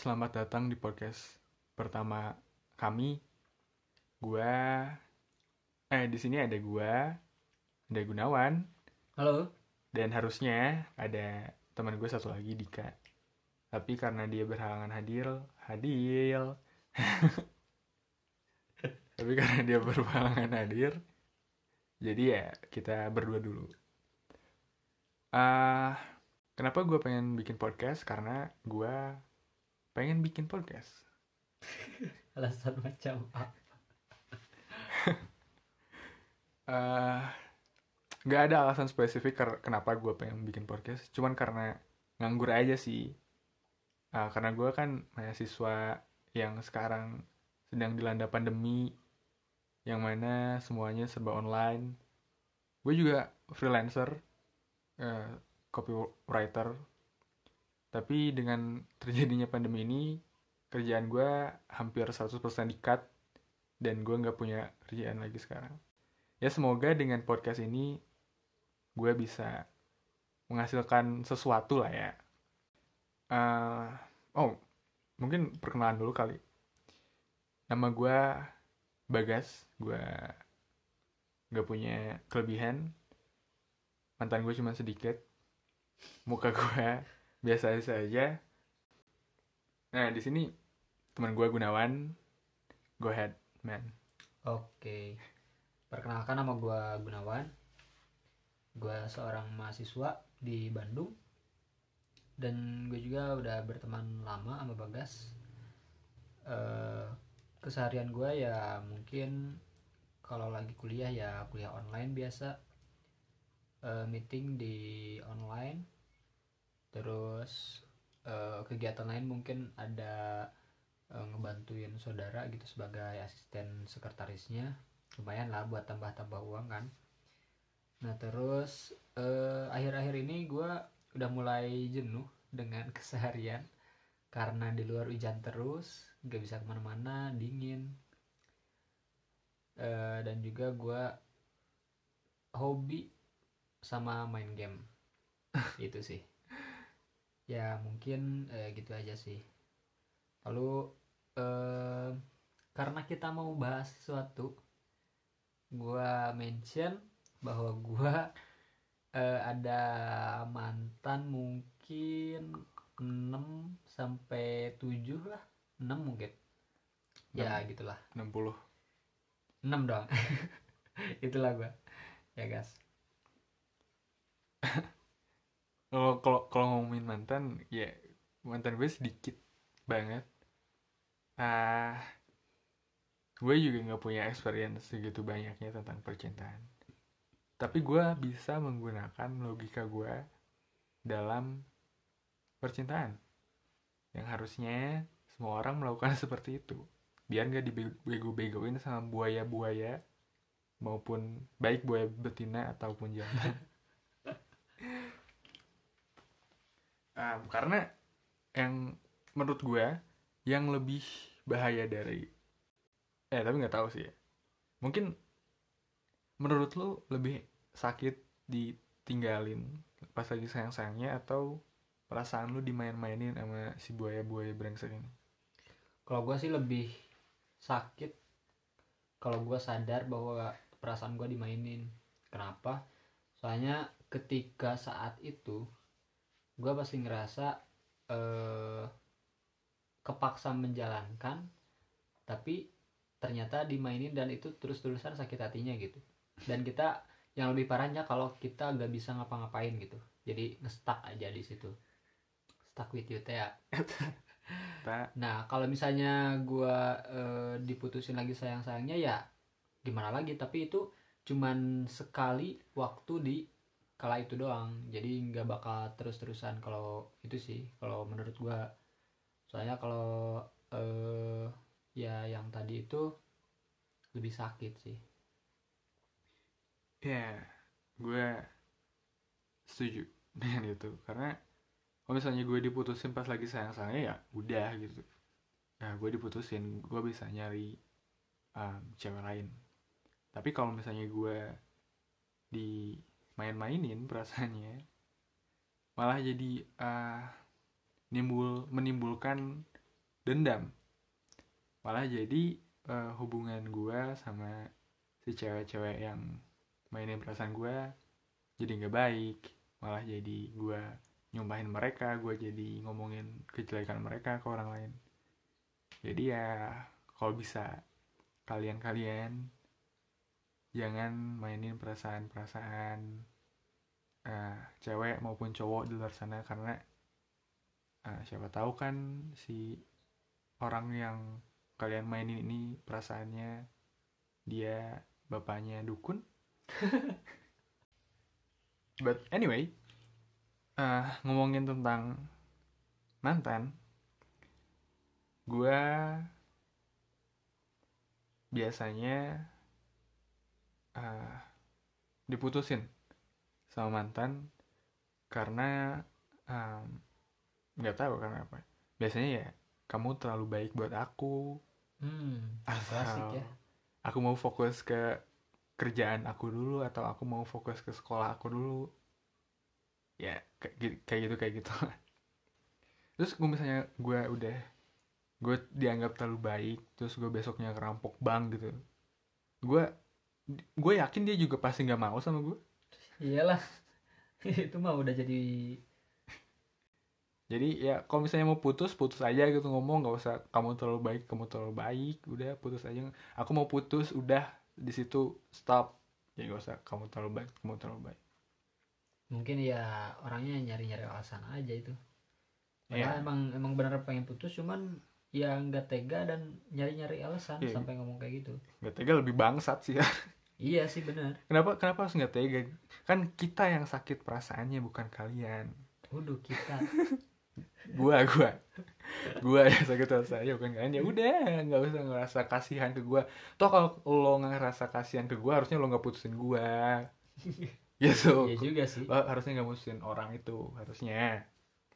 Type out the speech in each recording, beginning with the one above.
selamat datang di podcast pertama kami. Gua di sini ada ada Gunawan, Halo, dan harusnya ada teman gue satu lagi, Dika. Tapi karena dia berhalangan hadir. Tapi karena dia berhalangan hadir, jadi ya kita berdua dulu. Ah, kenapa gue pengen bikin podcast? Karena gue pengen bikin podcast. alasan macam apa? Ah, nggak ada alasan spesifik kenapa gue pengen bikin podcast. Cuman karena nganggur aja sih. Karena gue kan mahasiswa yang sekarang sedang dilanda pandemi, yang mana semuanya serba online. Gue juga freelancer, uh, copywriter. Tapi dengan terjadinya pandemi ini, kerjaan gue hampir 100% di-cut, dan gue nggak punya kerjaan lagi sekarang. Ya semoga dengan podcast ini gue bisa menghasilkan sesuatu lah ya. Uh, oh, mungkin perkenalan dulu kali. Nama gue Bagas, gue gak punya kelebihan. Mantan gue cuma sedikit. Muka gue biasa saja. Nah, di sini teman gue Gunawan. Go ahead, man. Oke, perkenalkan nama gue Gunawan. Gue seorang mahasiswa di Bandung. Dan gue juga udah berteman lama sama Bagas. Keseharian gue ya mungkin kalau lagi kuliah ya kuliah online biasa. Meeting di online. Terus kegiatan lain mungkin ada ngebantuin saudara gitu sebagai asisten sekretarisnya, lumayan lah buat tambah-tambah uang kan. Nah terus akhir-akhir ini gue udah mulai jenuh dengan keseharian karena di luar hujan terus, gak bisa kemana-mana, dingin. Dan juga gue hobi sama main game itu sih. Ya mungkin gitu aja sih. Lalu karena kita mau bahas sesuatu, gua mention bahwa gua ada mantan mungkin 6 sampai 7 lah. 6 mungkin. Ya, gitulah. 60. 6 dong. Itulah gua. Ya, guys. Kalau ngomongin mantan, ya mantan gue sedikit banget. Gue juga nggak punya experience segitu banyaknya tentang percintaan. Tapi gue bisa menggunakan logika gue dalam percintaan, yang harusnya semua orang melakukan seperti itu, biar nggak dibego-begoin sama buaya-buaya, maupun baik buaya betina ataupun jantan. Karena yang menurut gue yang lebih bahaya dari tapi nggak tahu sih ya. Mungkin menurut lu lebih sakit ditinggalin pas lagi sayang-sayangnya, atau perasaan lu dimain-mainin sama si buaya-buaya brengsek ini? Kalau gua sih lebih sakit kalau gua sadar bahwa perasaan gua dimainin. Kenapa? Soalnya ketika saat itu gue pasti ngerasa eh, kepaksa menjalankan, tapi ternyata dimainin dan itu terus-terusan sakit hatinya gitu. Dan kita yang lebih parahnya kalau kita gak bisa ngapa-ngapain gitu, jadi ngestak aja di situ, stuck with you teh ya. Nah kalau misalnya gue diputusin lagi sayang-sayangnya ya gimana lagi, tapi itu cuman sekali waktu di kala itu doang, jadi nggak bakal terus-terusan kalau itu sih kalau menurut gua. Soalnya kalau ya yang tadi itu lebih sakit sih. Ya, gue setuju dengan itu. Karena kalau misalnya gue diputusin pas lagi sayang-sayangnya, ya udah gitu. Nah, gue diputusin, gue bisa nyari cewek lain. Tapi kalau misalnya gue dimain-mainin perasaannya, malah jadi menimbulkan dendam, malah jadi hubungan gue sama si cewek-cewek yang mainin perasaan gue jadi nggak baik, malah jadi gue nyumpahin mereka, gue jadi ngomongin kejelekan mereka ke orang lain. Jadi ya kalau bisa kalian jangan mainin perasaan-perasaan cewek maupun cowok di luar sana, karena siapa tahu kan si orang yang kalian mainin ini perasaannya dia bapaknya dukun. But anyway, ngomongin tentang mantan, gue biasanya diputusin sama mantan karena nggak tahu karena apa. Biasanya ya kamu terlalu baik buat aku, Klasik atau ya. aku mau fokus ke kerjaan aku dulu, atau aku mau fokus ke sekolah aku dulu. Ya kayak gitu. Terus gue misalnya gue dianggap terlalu baik, terus gue besoknya kerampok bank gitu, gue gue yakin dia juga pasti nggak mau sama gue. Iyalah. Itu mah udah jadi. Jadi ya kalau misalnya mau putus putus aja gitu, ngomong, nggak usah kamu terlalu baik, udah putus aja. Aku mau putus, udah di situ stop. Ya nggak usah kamu terlalu baik. Mungkin ya orangnya nyari-nyari alasan aja itu. Padahal Ya, emang bener pengen putus, cuman ya nggak tega dan nyari-nyari alasan ya sampai ngomong kayak gitu. nggak tega lebih bangsat sih ya. Iya sih bener. Kenapa harus nggak tega? Kan kita yang sakit perasaannya, bukan kalian. Waduh, kita. Gua gue yang sakit perasaannya bukan kalian. Ya udah, nggak usah ngerasa kasihan ke gue. Toh kalau lo ngerasa kasihan ke gue, harusnya lo nggak putusin gue. Gitu. Iya juga sih. Lo harusnya nggak putusin orang itu, harusnya.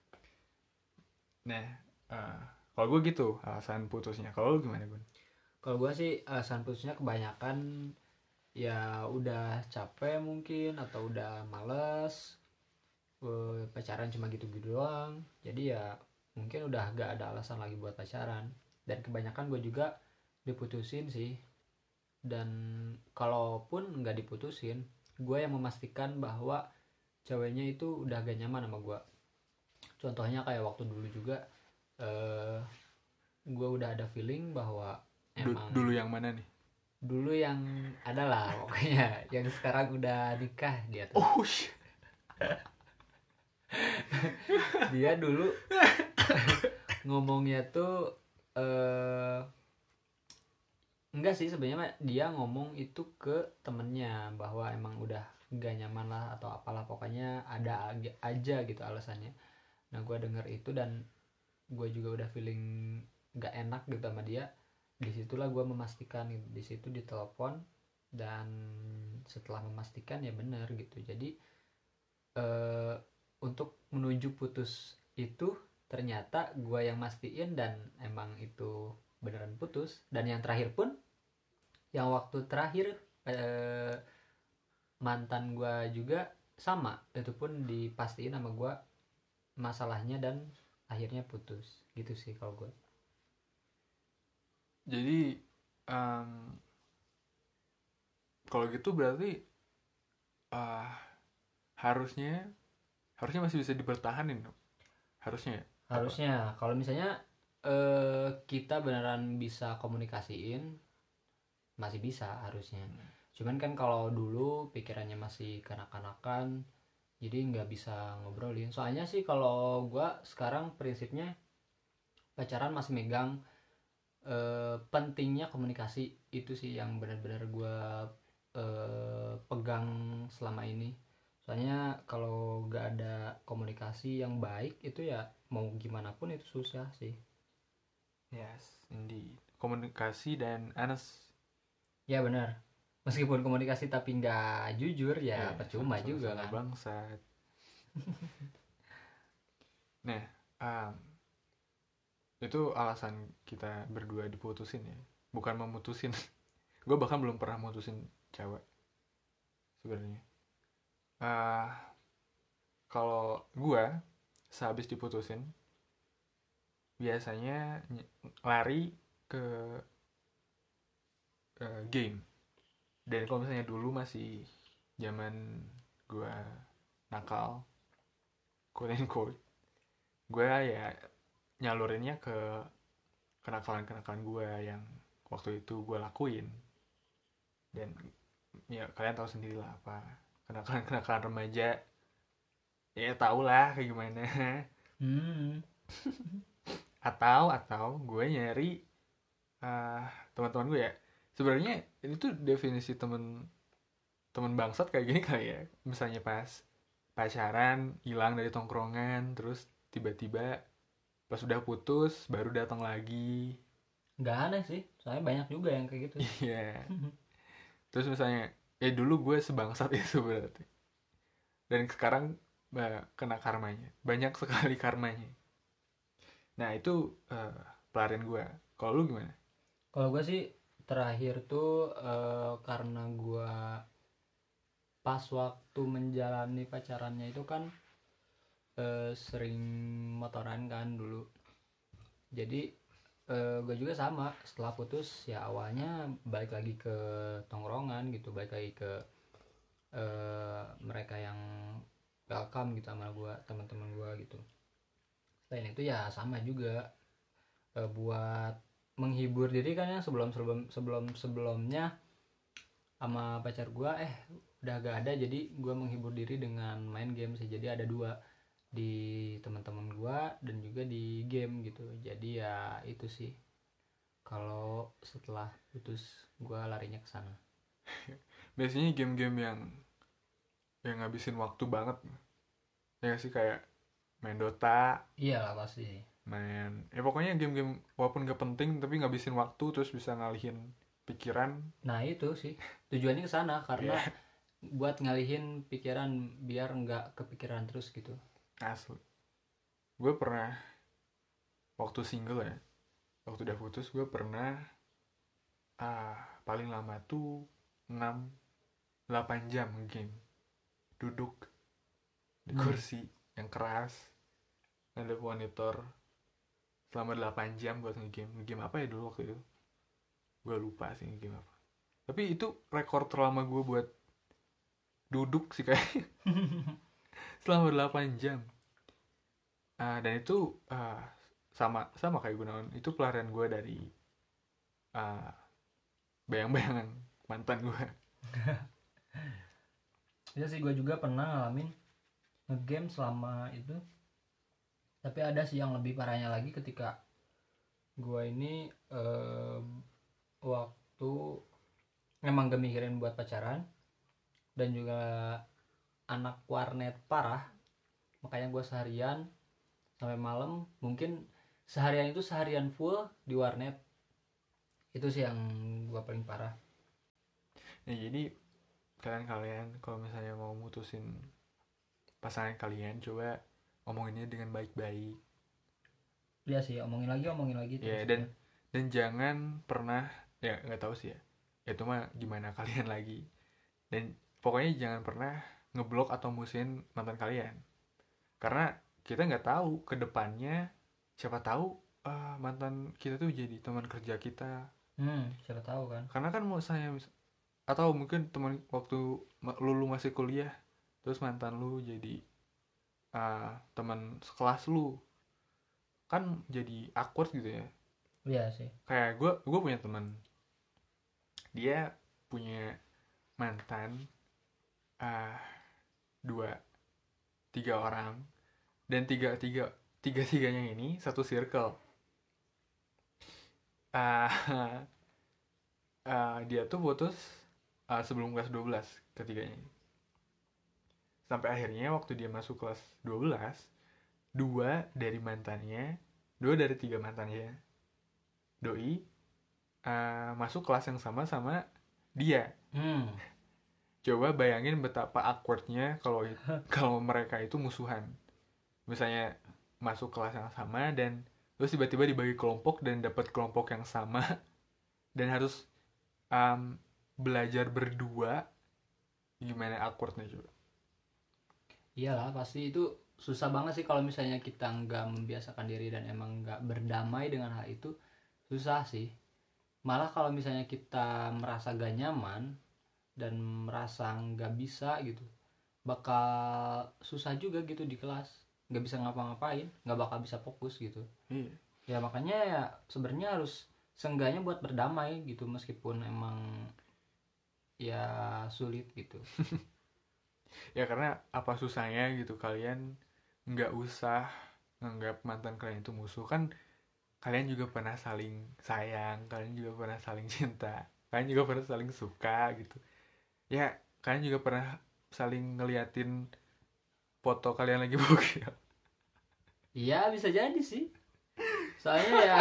Nah, eh, kalau gue gitu alasan putusnya. Kalau lo gimana, Gun? Kalau gue sih alasan putusnya kebanyakan ya udah capek mungkin, atau udah males. Pacaran cuma gitu-gitu doang. Jadi ya mungkin udah gak ada alasan lagi buat pacaran. Dan kebanyakan gue juga diputusin sih. Dan kalaupun nggak diputusin, gue yang memastikan bahwa ceweknya itu udah gak nyaman sama gue. Contohnya kayak waktu dulu juga, eh gue udah ada feeling bahwa emang Dulu yang mana nih? dulu yang adalah pokoknya yang sekarang udah nikah dia tuh. Oh shit. Dia dulu ngomongnya tuh eh enggak sih sebenarnya, dia ngomong itu ke temennya bahwa emang udah gak nyaman lah atau apalah, pokoknya ada aja gitu alasannya. Nah gue denger itu dan gue juga udah feeling gak enak gitu sama dia. Disitulah gue memastikan gitu, di situ ditelepon, dan setelah memastikan ya benar gitu. Jadi eh, untuk menuju putus itu ternyata gue yang mastiin, dan emang itu beneran putus. Dan yang terakhir pun, yang waktu terakhir eh, mantan gue juga sama, itu pun dipastiin sama gue masalahnya dan akhirnya putus gitu sih kalau gue. Jadi kalau gitu berarti ah harusnya harusnya masih bisa dipertahanin dong. Harusnya ya? Apa? Harusnya kalau misalnya kita beneran bisa komunikasiin, masih bisa harusnya. Cuman kan kalau dulu pikirannya masih kanak-kanakan, jadi nggak bisa ngobrolin. Soalnya sih kalau gue sekarang prinsipnya pacaran masih megang pentingnya komunikasi. Itu sih yang benar-benar gue pegang selama ini. Soalnya kalau nggak ada komunikasi yang baik itu ya mau gimana pun itu susah sih. Yes, indeed. Komunikasi dan honest. Ya benar. Meskipun komunikasi tapi nggak jujur ya percuma juga sama-sama kan. bangsat. Nah, um, itu alasan kita berdua diputusin ya, bukan memutusin. Gue bahkan belum pernah mutusin cewek sebenarnya. Kalau gue sehabis diputusin, biasanya lari ke game. Dan kalau misalnya dulu masih zaman gue nakal, quote and quote, gue ya nyalurinnya ke kenakalan-kenakalan gue yang waktu itu gue lakuin. Dan ya kalian tahu sendiri lah apa kenakalan-kenakalan remaja, ya tau lah kayak gimana. Hmm. Atau gue nyari uh, teman-teman gue ya, sebenarnya ini tuh definisi temen temen bangsat kayak gini kali ya. Misalnya pas pacaran hilang dari tongkrongan, terus tiba-tiba pas udah putus baru datang lagi. Nggak aneh sih, soalnya banyak juga yang kayak gitu. Iya. Terus misalnya dulu gue sebangsat itu berarti, dan sekarang kena karmanya, banyak sekali karmanya. Nah itu pelarian gue. Kalau lu gimana? Kalau gue sih terakhir tuh karena gue pas waktu menjalani pacarannya itu kan sering motoran kan dulu. Jadi gue juga sama, setelah putus ya awalnya balik lagi ke tongkrongan gitu, balik lagi ke mereka yang welcome gitu sama gue, teman-teman gue gitu. Selain itu ya sama juga buat menghibur diri kan, ya sebelumnya sama pacar gue udah gak ada, jadi gue menghibur diri dengan main game sih. Jadi ada dua, di teman-teman gue dan juga di game gitu. Jadi ya itu sih, kalau setelah putus gue larinya ke sana. Biasanya game-game yang ngabisin waktu banget ya nggak sih, kayak main Dota, Iyalah pasti. main ya pokoknya game-game walaupun gak penting tapi ngabisin waktu terus bisa ngalihin pikiran. Nah itu sih tujuannya ke sana, karena Ya. buat ngalihin pikiran biar nggak kepikiran terus gitu. Asli, gue pernah waktu single ya, waktu udah putus gue pernah paling lama tuh 6-8 jam game, duduk di kursi yang keras ada monitor selama 8 jam buat ngegame. Ngegame apa ya dulu waktu itu, gue lupa sih ngegame apa, tapi itu rekor terlama gue buat duduk sih kayak selama 8 jam. Dan itu sama sama kayak Gunawan, itu pelarian gue dari uh, bayang-bayangan mantan gue. Itu sih gue juga pernah ngalamin ngegame selama itu. Tapi ada sih yang lebih parahnya lagi, ketika gue ini waktu memang gak mikirin buat pacaran dan juga anak warnet parah, makanya gue seharian sampai malam, mungkin seharian itu seharian full di warnet. Itu sih yang gue paling parah. Ya jadi kalian kalau misalnya mau mutusin pasangan kalian, coba omonginnya dengan baik-baik. Iya sih, omongin lagi terus Ya, aja. dan jangan pernah, ya nggak tahu sih ya, itu mah gimana kalian lagi. Dan pokoknya jangan pernah ngeblok atau musuhin mantan kalian, karena kita nggak tahu ke depannya, siapa tahu mantan kita tuh jadi teman kerja kita. Siapa tahu kan. Karena kan mau saya, atau mungkin teman waktu lu masih kuliah, terus mantan lu jadi teman sekelas lu, kan jadi awkward gitu ya. Iya sih. Kayak gue punya teman, dia punya mantan uh, 2-3 orang, dan tiga tiganya ini satu circle. uh, Dia tuh putus sebelum kelas 12 ketiganya ini. Sampai akhirnya waktu dia masuk kelas 12, dua dari tiga mantannya doi masuk kelas yang sama sama dia. Coba bayangin betapa awkwardnya kalau mereka itu musuhan. Misalnya masuk kelas yang sama dan terus tiba-tiba dibagi kelompok dan dapat kelompok yang sama dan harus belajar berdua, gimana awkwardnya coba. Iyalah pasti itu susah banget sih kalau misalnya kita nggak membiasakan diri dan emang nggak berdamai dengan hal itu, susah sih. Malah kalau misalnya kita merasa gak nyaman dan merasa nggak bisa gitu, bakal susah juga gitu di kelas, nggak bisa ngapa-ngapain, nggak bakal bisa fokus gitu. Iya. Ya makanya ya sebenarnya harus seenggaknya buat berdamai gitu, meskipun emang ya sulit gitu. Ya karena apa susahnya gitu kalian nggak usah nganggap mantan kalian itu musuh kan, kalian juga pernah saling sayang, kalian juga pernah saling cinta, kalian juga pernah saling suka gitu. Ya kalian juga pernah saling ngeliatin foto kalian lagi bokeh. Iya bisa jadi sih, soalnya ya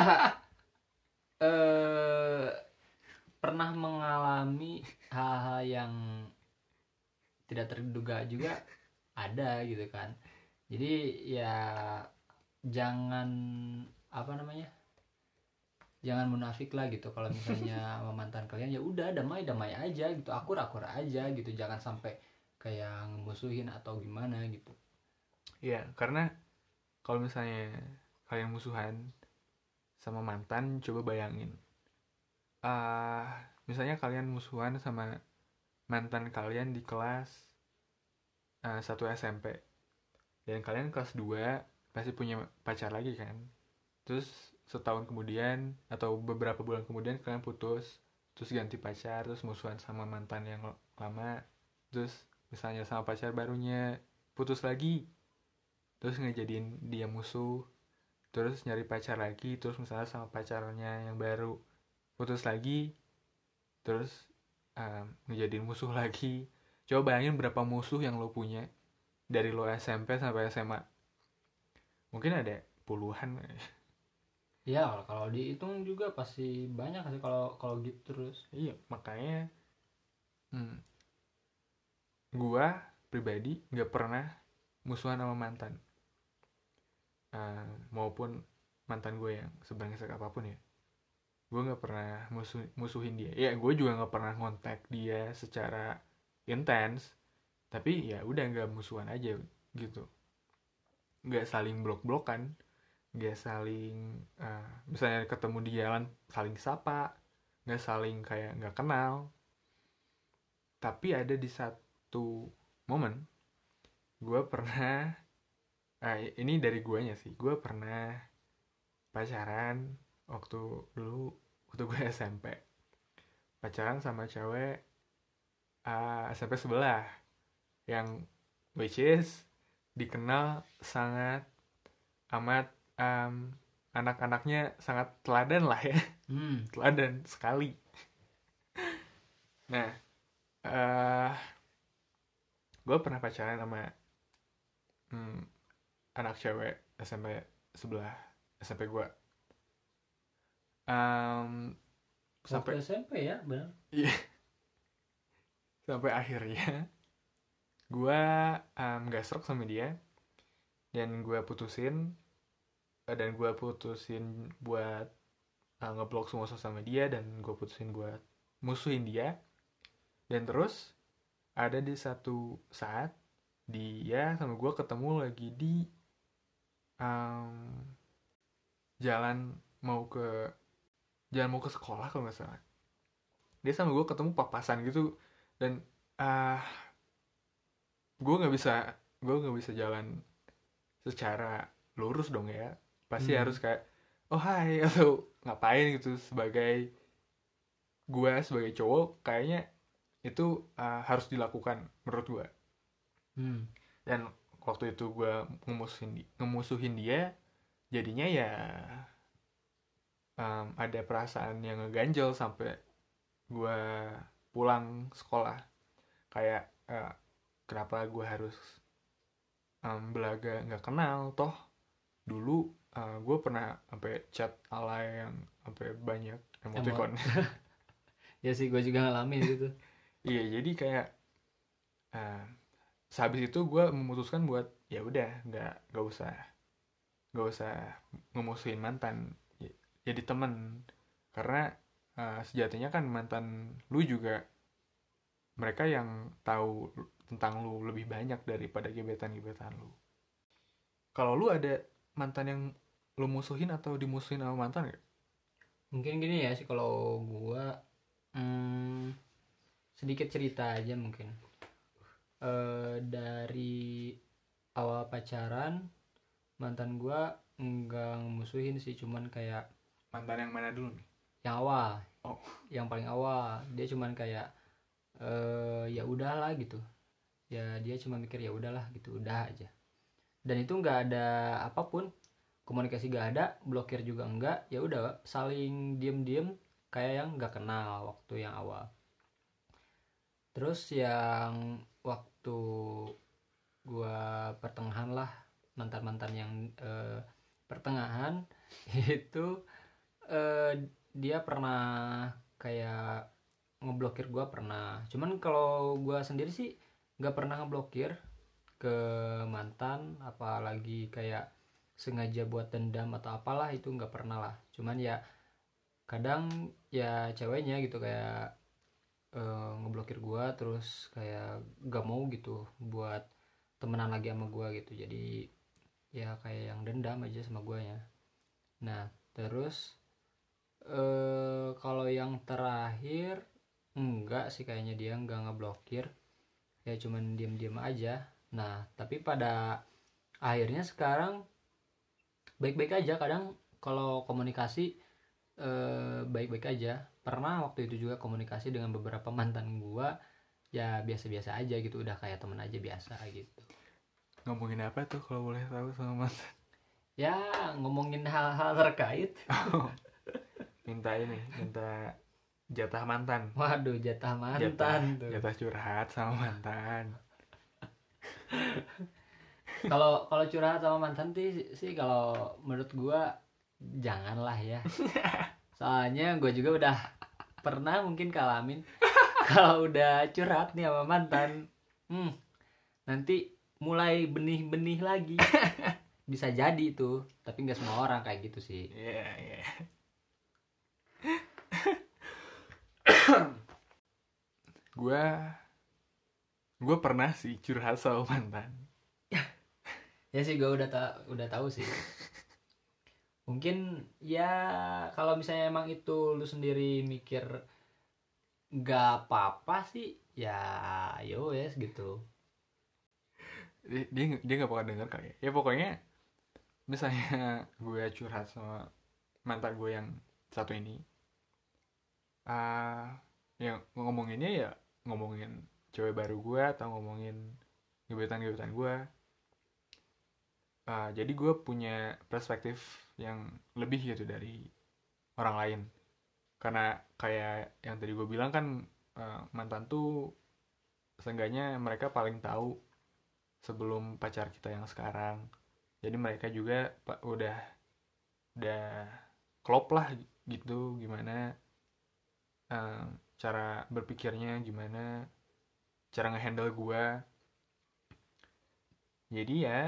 eh pernah mengalami hal-hal yang tidak terduga juga ada gitu kan. Jadi ya jangan apa namanya, jangan munafik lah gitu. Kalau misalnya sama mantan kalian ya udah damai damai aja gitu, akur akur aja gitu, jangan sampai kayak ngemusuhin atau gimana gitu. Ya karena kalau misalnya kalian musuhan sama mantan, coba bayangin ah misalnya kalian musuhan sama mantan kalian di kelas 1 SMP, dan kalian kelas 2 pasti punya pacar lagi kan. Terus setahun kemudian atau beberapa bulan kemudian kalian putus, terus ganti pacar, terus musuhan sama mantan yang lama, terus misalnya sama pacar barunya putus lagi, terus ngejadiin dia musuh, terus nyari pacar lagi, terus misalnya sama pacarnya yang baru putus lagi, terus ngejadiin musuh lagi. Coba bayangin berapa musuh yang lo punya dari lo SMP sampai SMA. Mungkin ada puluhan. Ya kalau dihitung juga pasti banyak sih kalau kalau gitu terus. Iya, makanya gua pribadi nggak pernah musuhan sama mantan. Maupun mantan gue yang sebrengsek apapun ya, gue nggak pernah musuhin dia. Ya gue juga nggak pernah ngontak dia secara intens, tapi ya udah nggak musuhan aja gitu, nggak saling blok-blokan, nggak saling misalnya ketemu di jalan saling sapa, nggak saling kayak nggak kenal. Tapi ada di satu momen gue pernah ini dari guanya sih, gue pernah pacaran waktu dulu, waktu gue SMP, pacaran sama cewek SMP sebelah, yang which is dikenal sangat amat anak-anaknya sangat teladan lah ya. Teladan sekali. Nah gue pernah pacaran sama anak cewek SMP sebelah, SMP gue Waktu sampai SMP ya benar. iya, sampai akhirnya gue gak serok sama dia, dan gue putusin buat ngeblok semua sosial media, dan gue putusin buat musuhin dia. Dan terus ada di satu saat dia sama gue ketemu lagi di jalan mau ke sekolah kalau nggak salah. Dia sama gue ketemu papasan gitu, dan uh, gue nggak bisa jalan secara lurus dong ya, pasti harus kayak oh hai atau ngapain gitu. Gue sebagai cowok kayaknya itu harus dilakukan menurut gue. Dan waktu itu gue ngemusuhin dia, jadinya ya ada perasaan yang ngeganjel sampai gue pulang sekolah, kayak kenapa gue harus belaga nggak kenal, toh dulu gue pernah sampai chat alay yang sampai banyak emoticon. Ya sih gue juga ngalamin gitu. Iya, jadi kayak sehabis itu gue memutuskan buat ya udah nggak usah ngemusuhin mantan, jadi temen. Karena sejatinya kan mantan lu juga mereka yang tahu tentang lu lebih banyak daripada gebetan-gebetan lu. Kalau lu ada mantan yang lu musuhin atau dimusuhin sama mantan gak? Mungkin gini ya sih kalau gua, hmm, sedikit cerita aja mungkin. Dari awal pacaran, mantan gua nggak musuhin sih, cuman kayak Mantan yang mana dulu nih? yang awal, Oh, yang paling awal dia cuman kayak ya udahlah gitu. Ya dia cuma mikir ya udahlah gitu, udah aja. Dan itu nggak ada apapun, komunikasi nggak ada, blokir juga enggak, ya udah saling diem-diem kayak yang nggak kenal waktu yang awal. Terus yang waktu gua pertengahan lah, mantan-mantan yang pertengahan itu eh, dia pernah kayak ngeblokir gua pernah. Cuman kalau gua sendiri sih nggak pernah ngeblokir ke mantan, apalagi kayak sengaja buat dendam atau apalah, itu nggak pernah lah. Cuman ya kadang ya ceweknya gitu kayak ngeblokir gua, terus kayak gak mau gitu buat temenan lagi sama gua gitu. Jadi ya kayak yang dendam aja sama guanya. Nah, terus kalau yang terakhir enggak sih, kayaknya dia enggak ngeblokir, ya cuman diem-diem aja. Nah, tapi pada akhirnya sekarang baik-baik aja. Kadang kalau komunikasi baik-baik aja. Pernah waktu itu juga komunikasi dengan beberapa mantan gua, ya biasa-biasa aja gitu, udah kayak temen aja biasa gitu. ngomongin apa tuh kalau boleh tahu sama mantan? Ya ngomongin hal-hal terkait. Minta jatah mantan. Waduh, jatah Jatah mantan tuh. jatah curhat sama mantan. Kalau kalau curhat sama mantan sih kalau menurut gua janganlah ya. Soalnya gua juga udah pernah mungkin kalamin. Kalau udah curhat nih sama mantan, nanti mulai benih-benih lagi. Bisa jadi tuh, tapi nggak semua orang kayak gitu sih. Iya, iya. Gue pernah sih curhat sama mantan. Ya sih, gue udah tahu sih. Mungkin ya kalau misalnya emang itu lu sendiri mikir nggak apa-apa sih, ya yo yes gitu. Dia nggak bakal denger kali ya. Ya pokoknya misalnya gue curhat sama mantan gue yang satu ini, yang ngomonginnya ya ngomongin cewek baru gue atau ngomongin gebetan-gebetan gue. Jadi gue punya perspektif yang lebih gitu dari orang lain, karena kayak yang tadi gue bilang kan, mantan tuh seenggaknya mereka paling tahu sebelum pacar kita yang sekarang. Jadi mereka juga udah klop lah gitu, gimana cara berpikirnya, gimana cara ngehandle gue. Jadi ya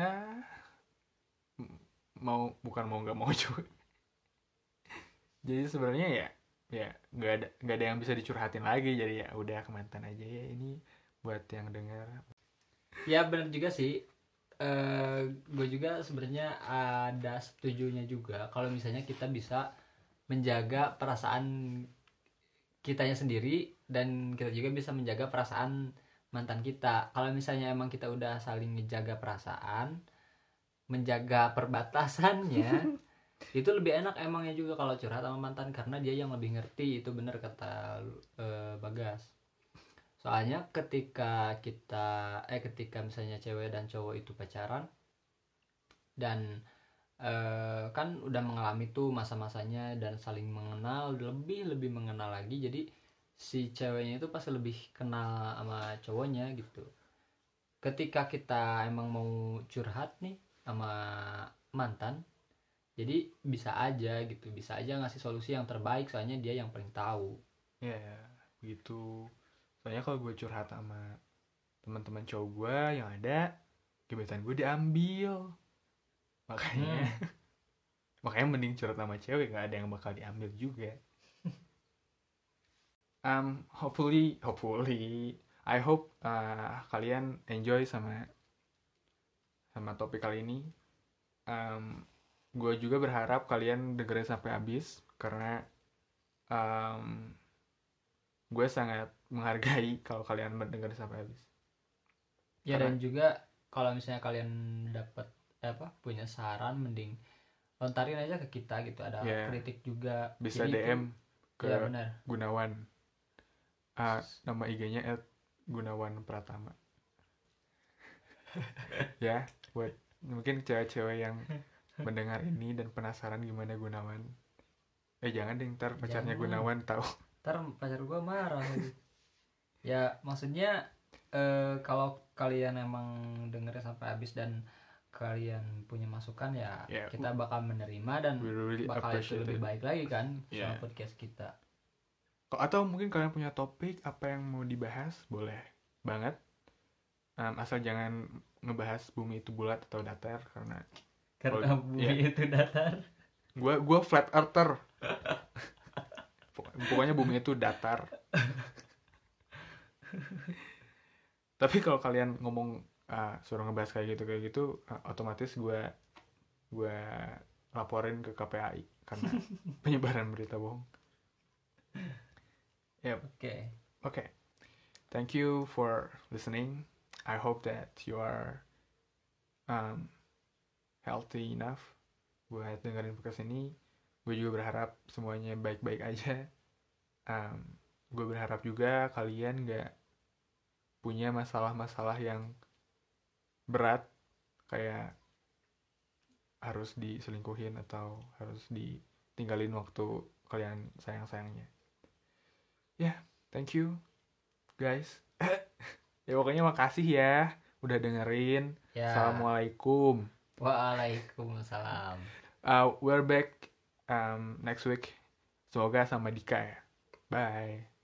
mau nggak mau juga. Jadi sebenarnya ya nggak ada yang bisa dicurhatin lagi. Jadi ya udah ke mantan aja ya, ini buat yang dengar. Ya benar juga sih. Gue juga sebenarnya ada setujunya juga kalau misalnya kita bisa menjaga perasaan kitanya sendiri, dan kita juga bisa menjaga perasaan mantan kita. Kalau misalnya emang kita udah saling menjaga perasaan, menjaga perbatasannya, itu lebih enak emangnya juga kalau curhat sama mantan, karena dia yang lebih ngerti. Itu bener kata Bagas. Soalnya ketika misalnya cewek dan cowok itu pacaran dan kan udah mengalami tuh masa-masanya dan saling mengenal, lebih mengenal lagi, jadi si ceweknya itu pasti lebih kenal sama cowoknya gitu. Ketika kita emang mau curhat nih sama mantan, jadi bisa aja gitu, bisa aja ngasih solusi yang terbaik, soalnya dia yang paling tahu. Ya gitu. Soalnya kalau gue curhat sama teman-teman cowok gue yang ada, gebetan gue diambil. Makanya makanya mending curhat sama cewek, nggak ada yang bakal diambil juga. Hopefully I hope kalian enjoy sama topik kali ini. gue juga berharap kalian dengerin sampai habis karena um, gue sangat menghargai kalau kalian mendengar sampai habis. Ya Karena dan juga kalau misalnya kalian dapat punya saran, mending lontarin aja ke kita gitu, ada ya kritik juga. bisa Jadi itu DM ke ya benar. Gunawan. Nama IG-nya @gunawanpratama. Ya, buat mungkin cewek-cewek yang mendengar ini dan penasaran gimana Gunawan. Jangan deh, ntar pacarnya Jangan. Gunawan tahu. Ntar pacar gue marah lagi. Ya maksudnya kalau kalian emang dengerin sampai habis dan kalian punya masukan ya Yeah, kita bakal menerima dan we really bakal itu appreciate lebih it. baik lagi kan sama Yeah. podcast kita. Atau mungkin kalian punya topik apa yang mau dibahas, boleh banget. Asal jangan ngebahas bumi itu bulat atau datar karena Bumi itu datar. Gue flat earther. Pokoknya bumi itu datar. Tapi kalau kalian ngomong suruh ngebahas kayak gitu, otomatis gue laporin ke KPAI karena penyebaran berita bohong. Yep. Okay. Thank you for listening. I hope that you are healthy enough buat dengerin podcast ini. Gue juga berharap semuanya baik-baik aja. Gue berharap juga kalian gak punya masalah-masalah yang berat kayak harus diselingkuhin atau harus ditinggalin waktu kalian sayang-sayangnya. Thank you guys. Ya pokoknya makasih ya udah dengerin. Assalamualaikum. Waalaikumsalam. We're back next week. Semoga sama Dika ya. Bye.